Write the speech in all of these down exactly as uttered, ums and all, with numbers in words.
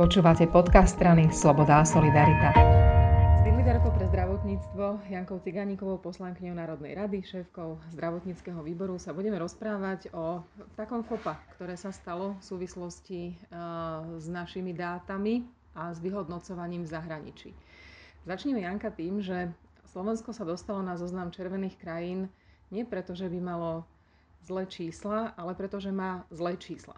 Počúvate podcast strany Sloboda a Solidarita. S líderkou pre zdravotníctvo Jankou Cigánikovou, poslankyňou Národnej rady, šéfkou zdravotníckeho výboru sa budeme rozprávať o takom fopa, ktoré sa stalo v súvislosti uh, s našimi dátami a s vyhodnocovaním v zahraničí. Začneme, Janka, tým, že Slovensko sa dostalo na zoznam červených krajín nie preto, že by malo zlé čísla, ale preto, že má zlé čísla.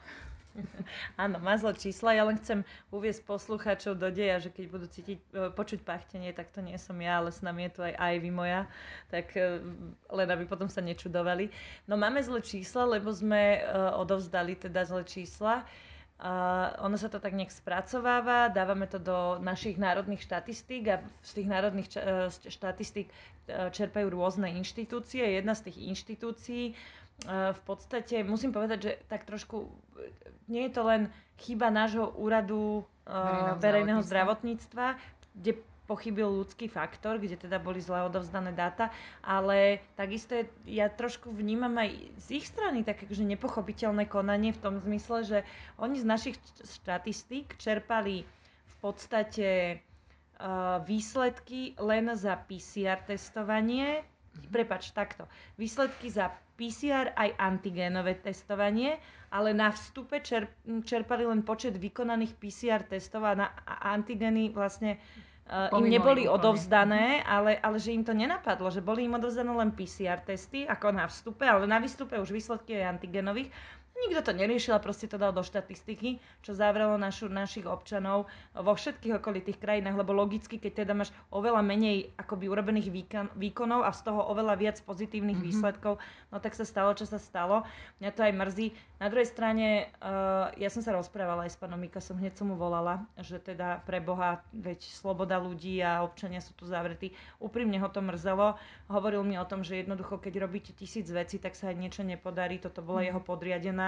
Áno, má zlé čísla. Ja len chcem uviesť poslucháčov do deja, že keď budú cítiť, počuť pachtenie, tak to nie som ja, ale s nami je tu aj Ivy moja, tak len aby potom sa nečudovali. No máme zlé čísla, lebo sme odovzdali teda zlé čísla. Uh, ono sa to tak nejak spracováva, dávame to do našich národných štatistík a z tých národných ča- štatistík čerpajú rôzne inštitúcie. Jedna z tých inštitúcií uh, v podstate, musím povedať, že tak trošku nie je to len chyba nášho úradu uh, verejného zdravotníctva, kde pochybil ľudský faktor, kde teda boli zle odovzdané dáta, ale takisto je, ja trošku vnímam aj z ich strany také akože nepochopiteľné konanie v tom zmysle, že oni z našich štatistík čerpali v podstate uh, výsledky len za pé cé er testovanie, prepáč, takto, výsledky za pé cé er aj antigénové testovanie, ale na vstupe čerp, čerpali len počet vykonaných pé cé er testov a na a antigény vlastne Uh, im neboli odovzdané, ale, ale že im to nenapadlo, že boli im odovzdané len pé cé er testy, ako na vstupe, ale na výstupe už výsledky aj antigenových. Nikto to neriešil a proste to dal do štatistiky, čo zavrelo našu, našich občanov vo všetkých okolitých krajinách, lebo logicky, keď teda máš oveľa menej akoby urobených výkon, výkonov a z toho oveľa viac pozitívnych mm-hmm. výsledkov, no tak sa stalo, čo sa stalo. Mňa to aj mrzí. Na druhej strane, uh, ja som sa rozprávala aj s pánom Mikasom, hneď som mu volala, že teda pre Boha, veď sloboda ľudí a občania sú tu zavretí. Úprimne ho to mrzelo. Hovoril mi o tom, že jednoducho, keď robíte tisíc vecí, tak sa aj niečo nepodarí. Toto bola mm. jeho podriadená,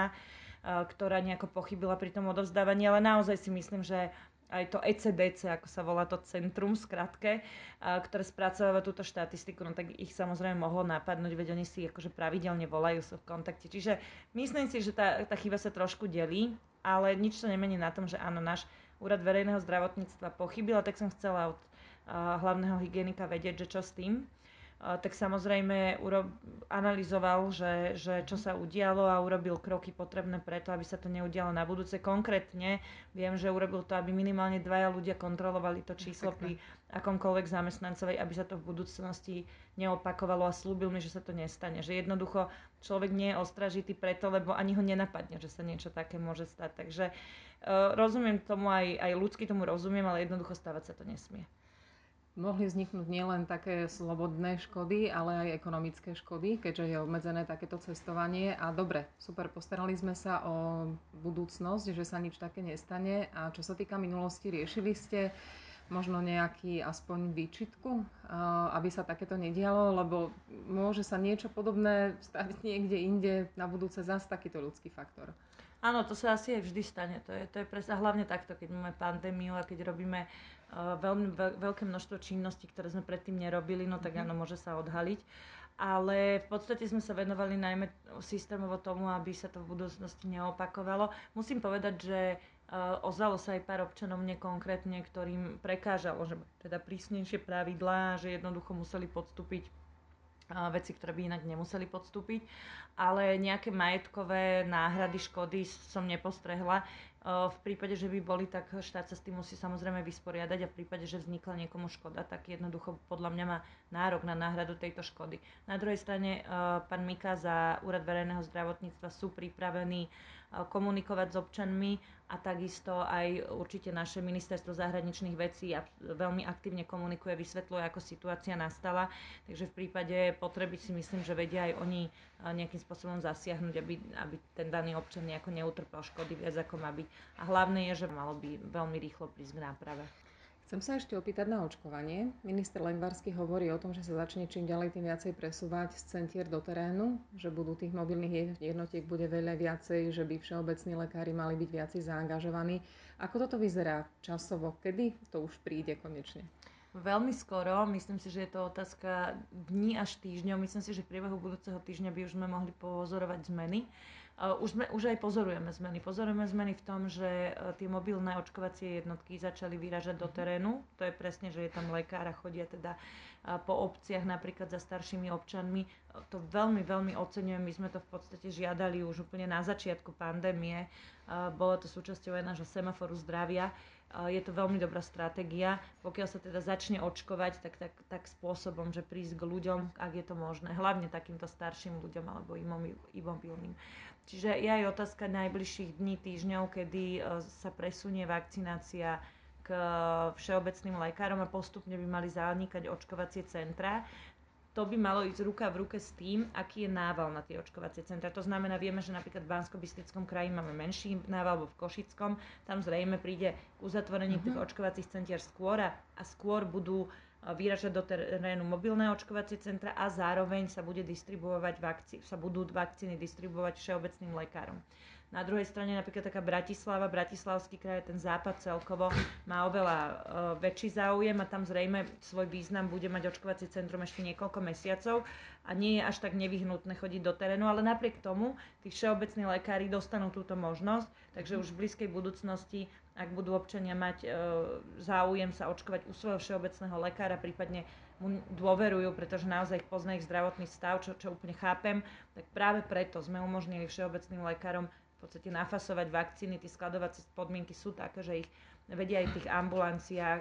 ktorá nejako pochybila pri tom odovzdávaní, ale naozaj si myslím, že aj to é cé dé cé, ako sa volá to centrum, skratke, ktoré spracováva túto štatistiku, no tak ich samozrejme mohlo napadnúť, veď oni si akože pravidelne volajú, sú v kontakte. Čiže myslím si, že tá, tá chyba sa trošku delí, ale nič to nemení na tom, že áno, náš úrad verejného zdravotníctva pochybil, tak som chcela od uh, hlavného hygienika vedieť, že čo s tým. Uh, tak samozrejme uro- analyzoval, že, že čo sa udialo a urobil kroky potrebné preto, aby sa to neudialo na budúce. Konkrétne viem, že urobil to, aby minimálne dvaja ľudia kontrolovali to číslo pri akomkoľvek zamestnancovej, aby sa to v budúcnosti neopakovalo a slúbil mi, že sa to nestane. Že jednoducho človek nie je ostražitý preto, lebo ani ho nenapadne, že sa niečo také môže stať. Takže uh, rozumiem tomu, aj, aj ľudsky tomu rozumiem, ale jednoducho stávať sa to nesmie. Mohli vzniknúť nielen také slobodné škody, ale aj ekonomické škody, keďže je obmedzené takéto cestovanie. A dobre, super, postarali sme sa o budúcnosť, že sa nič také nestane. A čo sa týka minulosti, riešili ste možno nejaký aspoň výčitku, aby sa takéto nedialo, lebo môže sa niečo podobné stať niekde inde, na budúce zas takýto ľudský faktor. Áno, to sa asi aj vždy stane. To je, to je presne hlavne takto, keď máme pandémiu a keď robíme uh, veľmi veľ, veľké množstvo činností, ktoré sme predtým nerobili, no tak áno, môže sa odhaliť. Ale v podstate sme sa venovali najmä systémovo tomu, aby sa to v budúcnosti neopakovalo. Musím povedať, že uh, ozvalo sa aj pár občanov mne konkrétne, ktorým prekážalo, že teda prísnejšie pravidlá, že jednoducho museli podstúpiť veci, ktoré by inak nemuseli podstúpiť, ale nejaké majetkové náhrady škody som nepostrehla. V prípade, že by boli, tak štát sa s tým musí samozrejme vysporiadať a v prípade, že vznikla niekomu škoda, tak jednoducho podľa mňa má nárok na náhradu tejto škody. Na druhej strane pán Mika za Úrad verejného zdravotníctva sú pripravení komunikovať s občanmi a takisto aj určite naše ministerstvo zahraničných vecí a veľmi aktívne komunikuje, vysvetľuje, ako situácia nastala. Takže v prípade potreby si myslím, že vedia aj oni nejakým spôsobom zasiahnuť, aby, aby ten daný občan nejako neutrpel škody viac ako má byť. A hlavné je, že malo by veľmi rýchlo prísť k náprave. Chcem sa ešte opýtať na očkovanie. Minister Lengvarský hovorí o tom, že sa začne čím ďalej tým viacej presúvať z centier do terénu, že budú tých mobilných jednotiek bude veľa viacej, že by všeobecní lekári mali byť viacej zaangažovaní. Ako toto vyzerá časovo? Kedy to už príde konečne? Veľmi skoro, myslím si, že je to otázka dní až týždňov. Myslím si, že v priebehu budúceho týždňa by už sme mohli pozorovať zmeny. Uh, už, sme, už aj pozorujeme zmeny. Pozorujeme zmeny v tom, že uh, tie mobilné očkovacie jednotky začali vyražať do terénu. To je presne, že je tam lekár a chodia teda uh, po obciach napríklad za staršími občanmi. Uh, to veľmi, veľmi oceňujem. My sme to v podstate žiadali už úplne na začiatku pandémie. Uh, bolo to súčasťou aj nášho semaforu zdravia. Uh, je to veľmi dobrá stratégia. Pokiaľ sa teda začne očkovať, tak, tak, tak spôsobom, že prísť k ľuďom, ak je to možné. Hlavne takýmto starším ľuďom alebo imobilným. Čiže je aj otázka najbližších dní, týždňov, kedy sa presunie vakcinácia k všeobecným lekárom a postupne by mali zanikať očkovacie centrá. To by malo ísť ruka v ruke s tým, aký je nával na tie očkovacie centrá. To znamená, vieme, že napríklad v Banskobystrickom kraji máme menší nával, alebo v Košickom. Tam zrejme príde k uzatvoreniu uh-huh. tých očkovacích centier skôr a, a skôr budú vyražať do terénu mobilné očkovacie centra a zároveň sa bude distribuovať vakcí, sa budú vakcíny distribuovať všeobecným lekárom. Na druhej strane napríklad taká Bratislava, Bratislavský kraj, ten západ celkovo má oveľa uh, väčší záujem a tam zrejme svoj význam bude mať očkovacie centrum ešte niekoľko mesiacov a nie je až tak nevyhnutné chodiť do terénu, ale napriek tomu tí všeobecní lekári dostanú túto možnosť, takže už v blízkej budúcnosti, ak budú občania mať e, záujem sa očkovať u svojho všeobecného lekára, prípadne mu dôverujú, pretože naozaj pozná ich zdravotný stav, čo, čo úplne chápem, tak práve preto sme umožnili všeobecným lekárom v podstate nafasovať vakcíny. Tie skladovacie podmienky sú také, že ich vedia aj v tých ambulanciách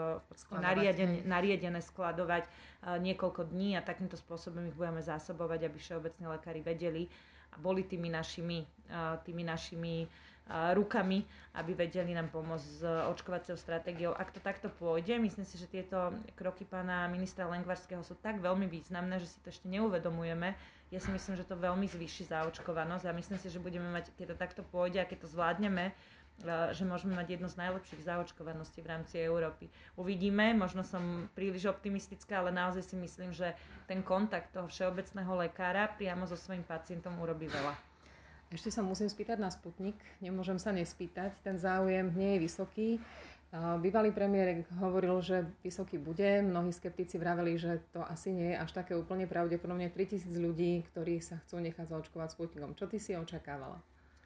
e, nariadené, nariadené skladovať e, niekoľko dní a takýmto spôsobom ich budeme zásobovať, aby všeobecní lekári vedeli a boli tými našimi, e, tými našimi rukami, aby vedeli nám pomôcť s očkovacou stratégiou. Ak to takto pôjde, myslím si, že tieto kroky pána ministra Lengvarského sú tak veľmi významné, že si to ešte neuvedomujeme. Ja si myslím, že to veľmi zvýši zaočkovanosť a myslím si, že budeme mať, keď to takto pôjde a keď to zvládneme, že môžeme mať jednu z najlepších zaočkovaností v rámci Európy. Uvidíme, možno som príliš optimistická, ale naozaj si myslím, že ten kontakt toho všeobecného lekára priamo so svojím pacientom urobí veľa. Ešte sa musím spýtať na Sputnik, nemôžem sa nespýtať, ten záujem nie je vysoký. Bývalý premiér hovoril, že vysoký bude, mnohí skeptici vraveli, že to asi nie je až také úplne pravdepodobne. tritisíc ľudí, ktorí sa chcú nechať zaočkovať Sputnikom. Čo ty si očakávala?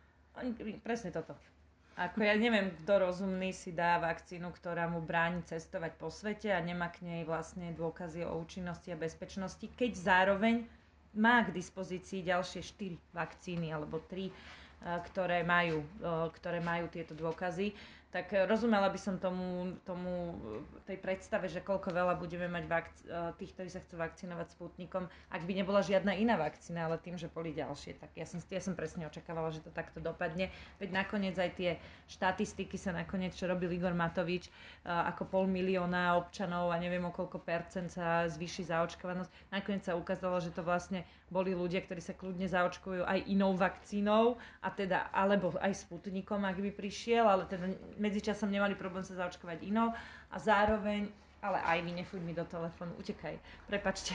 Presne toto. Ako ja neviem, kto rozumný si dá vakcínu, ktorá mu bráni cestovať po svete a nemá k nej vlastne dôkazy o účinnosti a bezpečnosti, keď zároveň má k dispozícii ďalšie štyri vakcíny alebo tri, ktoré majú, ktoré majú tieto dôkazy. Tak rozumela by som tomu, tomu tej predstave, že koľko veľa budeme mať vakc- tých, ktorí sa chcú vakcinovať Sputnikom, ak by nebola žiadna iná vakcína, ale tým, že boli ďalšie. Tak ja som, ja som presne očakávala, že to takto dopadne. Veď nakoniec aj tie štatistiky sa nakoniec, čo robil Igor Matovič, ako pol milióna občanov a neviem o koľko percent sa zvýši zaočkovanosť. Nakoniec sa ukázalo, že to vlastne boli ľudia, ktorí sa kľudne zaočkujú aj inou vakcínou, a teda, alebo aj Sputnikom, ak by prišiel, ale teda medzičasom nemali problém sa zaočkovať inou a zároveň, ale aj vy, nefuď mi do telefónu, utekaj, prepačte.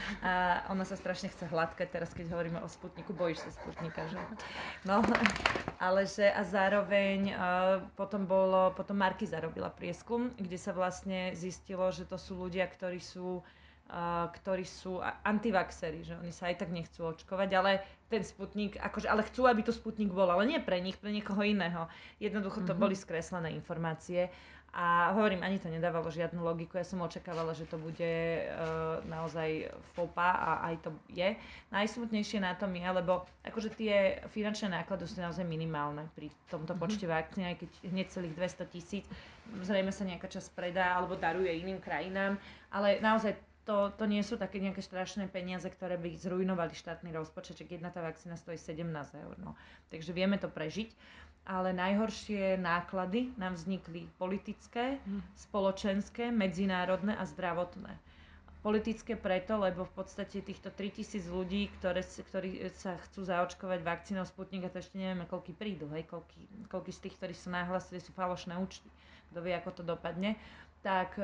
A ona sa strašne chce hladkať teraz, keď hovoríme o Sputniku, bojíš sa Sputnika, že? No, ale že a zároveň a potom bolo, potom Markíza robila prieskum, kde sa vlastne zistilo, že to sú ľudia, ktorí sú Uh, ktorí sú antivaxeri, že oni sa aj tak nechcú očkovať, ale ten Sputnik, akože, ale chcú, aby to Sputnik bol, ale nie pre nich, pre niekoho iného. Jednoducho to mm-hmm. boli skreslené informácie a hovorím, ani to nedávalo žiadnu logiku. Ja som očakávala, že to bude uh, naozaj fopa a aj to je. Najsmutnejšie na tom je, lebo akože tie finančné náklady sú naozaj minimálne pri tomto mm-hmm. počte vakcín, aj keď hneď celých dvesto tisíc, zrejme sa nejaká časť predá alebo daruje iným krajinám, ale naozaj To, to nie sú také nejaké strašné peniaze, ktoré by zrujnovali štátny rozpočet, že jedna tá vakcína stojí sedemnásť eur. No. Takže vieme to prežiť, ale najhoršie náklady nám vznikli politické, spoločenské, medzinárodné a zdravotné. Politické preto, lebo v podstate týchto tritisíc ľudí, ktoré, ktorí sa chcú zaočkovať vakcínou Sputnik, a to ešte nevieme, koľky prídu, hej, koľky, koľky z tých, ktorí sú nahlásili, sú falošné účty. Kto vie, ako to dopadne. tak,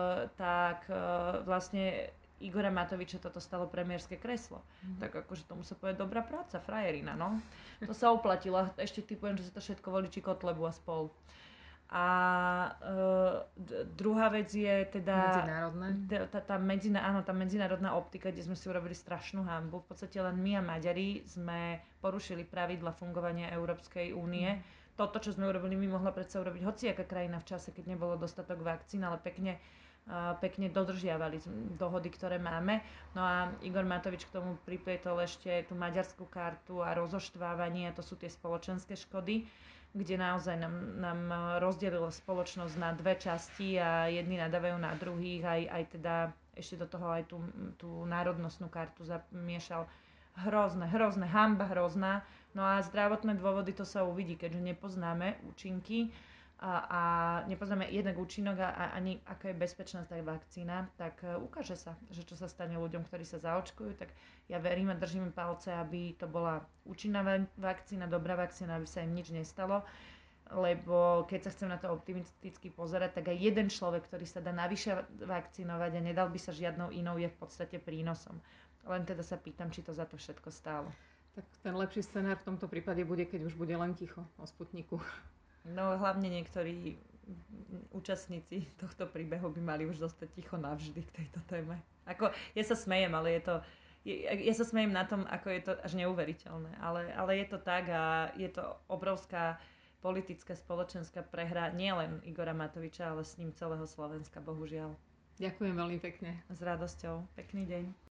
tak vlastne Igora Matoviča toto stalo premiérske kreslo. Mm. Tak akože tomu sa povie dobrá práca, frajerina, no. To sa oplatilo. Ešte typujem, že sa to všetko voliči Kotlebu a spol. A e, d- druhá vec je teda Medzinárodné. d- tá, tá, medziná, áno, tá medzinárodná optika, kde sme si urobili strašnú hanbu. V podstate len my a Maďari sme porušili pravidla fungovania Európskej únie. Mm. Toto, čo sme urobili, my mohla predsa urobiť hociaká krajina v čase, keď nebolo dostatok vakcín, ale pekne Uh, pekne dodržiavali dohody, ktoré máme. No a Igor Matovič k tomu priplietol ešte tú maďarskú kartu a rozoštvávanie, a to sú tie spoločenské škody, kde naozaj nám, nám rozdelilo spoločnosť na dve časti a jedni nadávajú na druhých, aj, aj teda ešte do toho aj tú, tú národnostnú kartu zamiešal. Hrozné, hrozné, hanba hrozná. No a zdravotné dôvody, to sa uvidí, keďže nepoznáme účinky a, a nepoznáme jednak účinok a, a ani aká je bezpečná tá vakcína, tak uh, ukáže sa, že čo sa stane ľuďom, ktorí sa zaočkujú. Tak ja verím a držím palce, aby to bola účinná vakcína, dobrá vakcína, aby sa im nič nestalo. Lebo keď sa chcem na to optimisticky pozerať, tak aj jeden človek, ktorý sa dá navyše vakcinovať a nedal by sa žiadnou inou, je v podstate prínosom. Len teda sa pýtam, či to za to všetko stálo. Tak ten lepší scenár v tomto prípade bude, keď už bude len ticho o Sputniku. No hlavne niektorí účastníci tohto príbehu by mali už zostať ticho navždy k tejto téme. Ako, ja sa smejem, ale je to... Ja, ja sa smejem na tom, ako je to až neuveriteľné. Ale, ale je to tak a je to obrovská politická, spoločenská prehra nielen Igora Matoviča, ale s ním celého Slovenska, bohužiaľ. Ďakujem veľmi pekne. S radosťou. Pekný deň.